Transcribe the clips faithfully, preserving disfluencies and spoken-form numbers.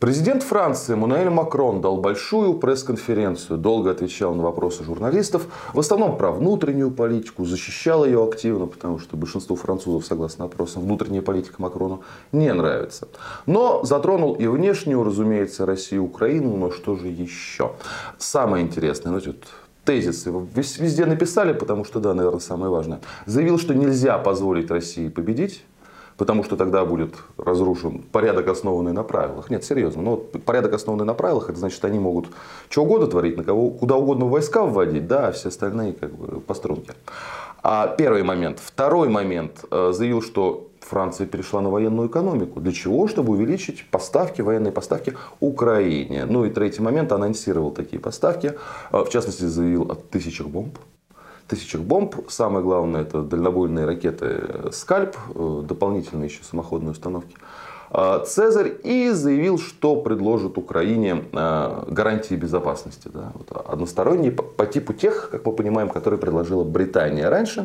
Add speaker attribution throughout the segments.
Speaker 1: Президент Франции Эммануэль Макрон дал большую пресс-конференцию, долго отвечал на вопросы журналистов, в основном про внутреннюю политику, защищал ее активно, потому что большинству французов, согласно опросам, внутренняя политика Макрону не нравится. Но затронул и внешнюю, разумеется, Россию, Украину, но что же еще? Самое интересное, ну, вот тезисы везде написали, потому что, да, наверное, самое важное. Заявил, что нельзя позволить России победить. Потому что тогда будет разрушен порядок, основанный на правилах. Нет, серьезно. Но вот порядок, основанный на правилах, это значит, они могут что угодно творить, на кого, куда угодно войска вводить, да, а все остальные как бы по струнке. А первый момент. Второй момент. Заявил, что Франция перешла на военную экономику. Для чего? Чтобы увеличить поставки, военные поставки Украине. Ну и третий момент. Анонсировал такие поставки. В частности, заявил о тысячах бомб. Тысячах бомб. Самое главное, это дальнобойные ракеты «Скальп», дополнительные еще самоходные установки «Цезарь». И заявил, что предложит Украине гарантии безопасности. Да, вот односторонние, по типу тех, как мы понимаем, которые предложила Британия раньше.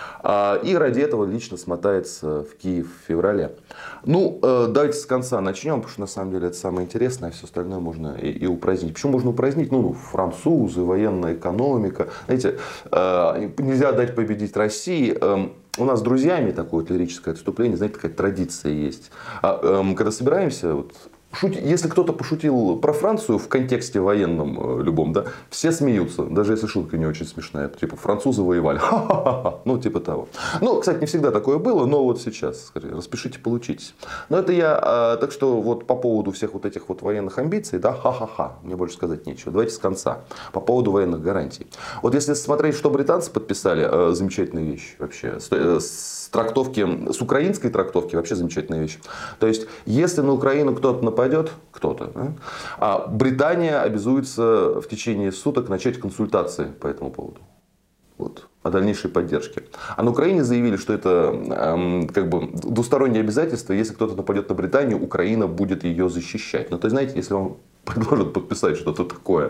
Speaker 1: И ради этого лично смотается в Киев в феврале. Ну, давайте с конца начнем, потому что на самом деле это самое интересное, а все остальное можно и, и упразднить. Почему можно упразднить? Ну, французы, военная экономика. Знаете, нельзя дать победить России. У нас с друзьями такое вот лирическое отступление, знаете, такая традиция есть. Когда собираемся, вот, шути... если кто-то пошутил про Францию в контексте военном любом, да, все смеются, даже если шутка не очень смешная. Типа, французы воевали. Ха-ха-ха. Ну, типа того. Ну, кстати, не всегда такое было, но вот сейчас, скорее, распишите, получитесь. Но это я, а, так что вот по поводу всех вот этих вот военных амбиций, да, ха-ха-ха, мне больше сказать нечего. Давайте с конца. По поводу военных гарантий. Вот если смотреть, что британцы подписали, э, замечательная вещь вообще. С, э, с трактовки, с украинской трактовки вообще замечательная вещь. То есть, если на Украину кто-то нападет, кто-то, да, а Британия обязуется в течение суток начать консультации по этому поводу. Вот, о дальнейшей поддержке. А на Украине заявили, что это эм, как бы двустороннее обязательство. Если кто-то нападет на Британию, Украина будет ее защищать. Ну, то есть, знаете, если вам предложат подписать что-то такое,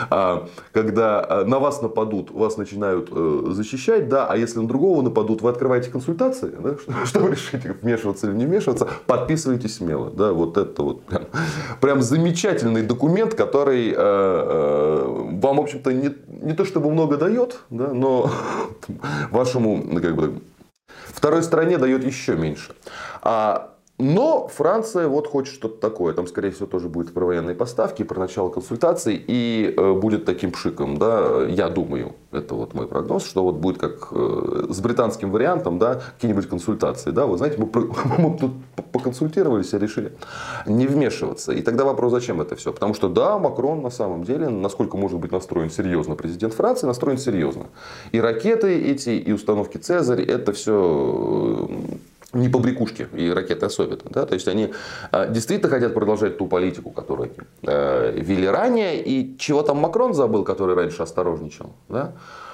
Speaker 1: когда на вас нападут, вас начинают защищать, да, а если на другого нападут, вы открываете консультации, да, чтобы решить, вмешиваться или не вмешиваться, подписывайтесь смело. Да, вот это вот прям, прям замечательный документ, который э, э, вам, в общем-то, не, не то чтобы много дает, да, но вашему, как бы, второй стороне дает еще меньше. А Но Франция вот хочет что-то такое. Там, скорее всего, тоже будет про военные поставки, про начало консультаций. И э, будет таким пшиком, да, я думаю, это вот мой прогноз, что вот будет как э, с британским вариантом, да, какие-нибудь консультации. Да, вы знаете, мы, мы тут поконсультировались и решили не вмешиваться. И тогда вопрос, зачем это все? Потому что, да, Макрон на самом деле, насколько может быть настроен серьезно президент Франции, настроен серьезно. И ракеты эти, и установки «Цезарь», это все... не побрякушки, и ракеты особенно. Да? То есть, они действительно хотят продолжать ту политику, которую э, вели ранее. И чего там Макрон забыл, который раньше осторожничал. Да?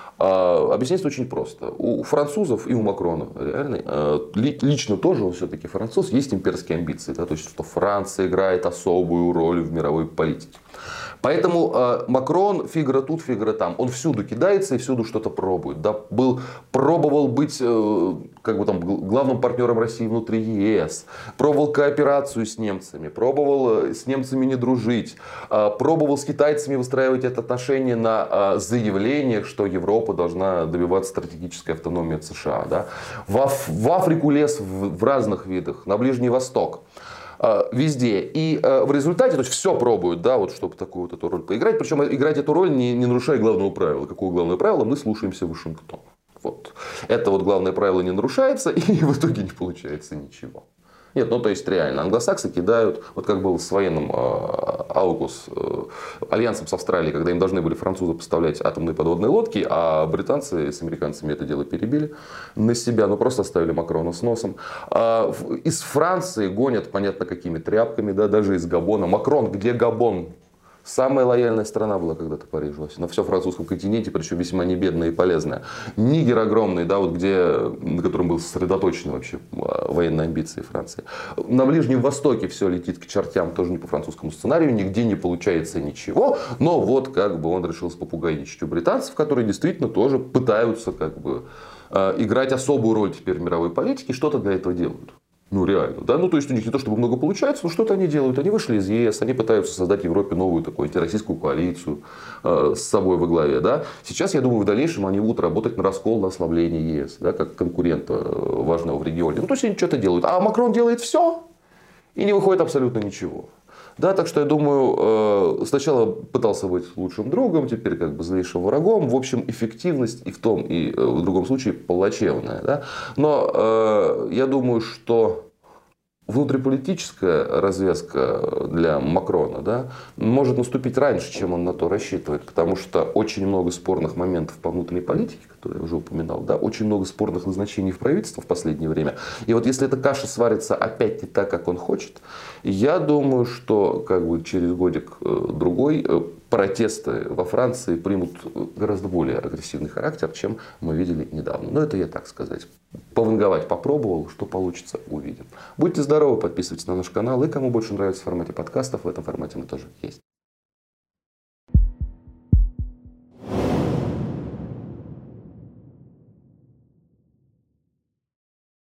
Speaker 1: А, объясняется очень просто. У французов и у Макрона реально, э, лично тоже он все-таки француз, есть имперские амбиции. Да? То есть, что Франция играет особую роль в мировой политике. Поэтому э, Макрон, фигура тут, фигура там. Он всюду кидается и всюду что-то пробует. Да? Был, пробовал быть э, как бы там, главным партнером России внутри ЕС. Пробовал кооперацию с немцами. Пробовал с немцами не дружить. Э, пробовал с китайцами выстраивать это отношение на э, заявлениях, что Европа должна добиваться стратегической автономии от США. Да? В, Аф, в Африку лез в, в разных видах. На Ближний Восток. Везде. И э, в результате, то есть, все пробуют, да, вот, чтобы такую вот эту роль поиграть. Причем играть эту роль, не, не нарушая главного правила. Какое главное правило? Мы слушаемся Вашингтон. Вот. Это вот главное правило не нарушается, и в итоге не получается ничего. Нет, ну то есть реально, англосаксы кидают, вот как было с военным э, Аукус, э, альянсом с Австралией, когда им должны были французы поставлять атомные подводные лодки, а британцы с американцами это дело перебили на себя, ну просто оставили Макрона с носом. А, из Франции гонят, понятно, какими тряпками, да, даже из Габона. Макрон, где Габон? Самая лояльная страна была когда-то Парижу, на всем французском континенте, причем весьма не бедная и полезная. Нигер огромный, да, вот где, на котором был сосредоточен вообще военные амбиции Франции. На Ближнем Востоке все летит к чертям, тоже не по французскому сценарию, нигде не получается ничего. Но вот как бы он решил спопугайничать у британцев, которые действительно тоже пытаются как бы играть особую роль теперь в мировой политике, что-то для этого делают. Ну, реально, да. Ну, то есть, у них не то чтобы много получается, но что-то они делают. Они вышли из ЕС, они пытаются создать в Европе новую такую антироссийскую коалицию э, с собой во главе, да. Сейчас, я думаю, в дальнейшем они будут работать на раскол, на ослабление ЕС, да, как конкурента э, важного в регионе. Ну, то есть, они что-то делают. А Макрон делает все и не выходит абсолютно ничего. Да, так что я думаю, сначала пытался быть лучшим другом, теперь как бы злейшим врагом. В общем, эффективность и в том, и в другом случае плачевная. Да? Но я думаю, что внутриполитическая развязка для Макрона, да, может наступить раньше, чем он на то рассчитывает. Потому что очень много спорных моментов по внутренней политике, которые я уже упоминал. Да, очень много спорных назначений в правительство в последнее время. И вот если эта каша сварится опять не так, как он хочет, я думаю, что как бы через годик-другой протесты во Франции примут гораздо более агрессивный характер, чем мы видели недавно. Но это я так сказать. Пованговать попробовал, что получится, увидим. Будьте здоровы, подписывайтесь на наш канал. И кому больше нравится в формате подкастов, в этом формате мы тоже есть.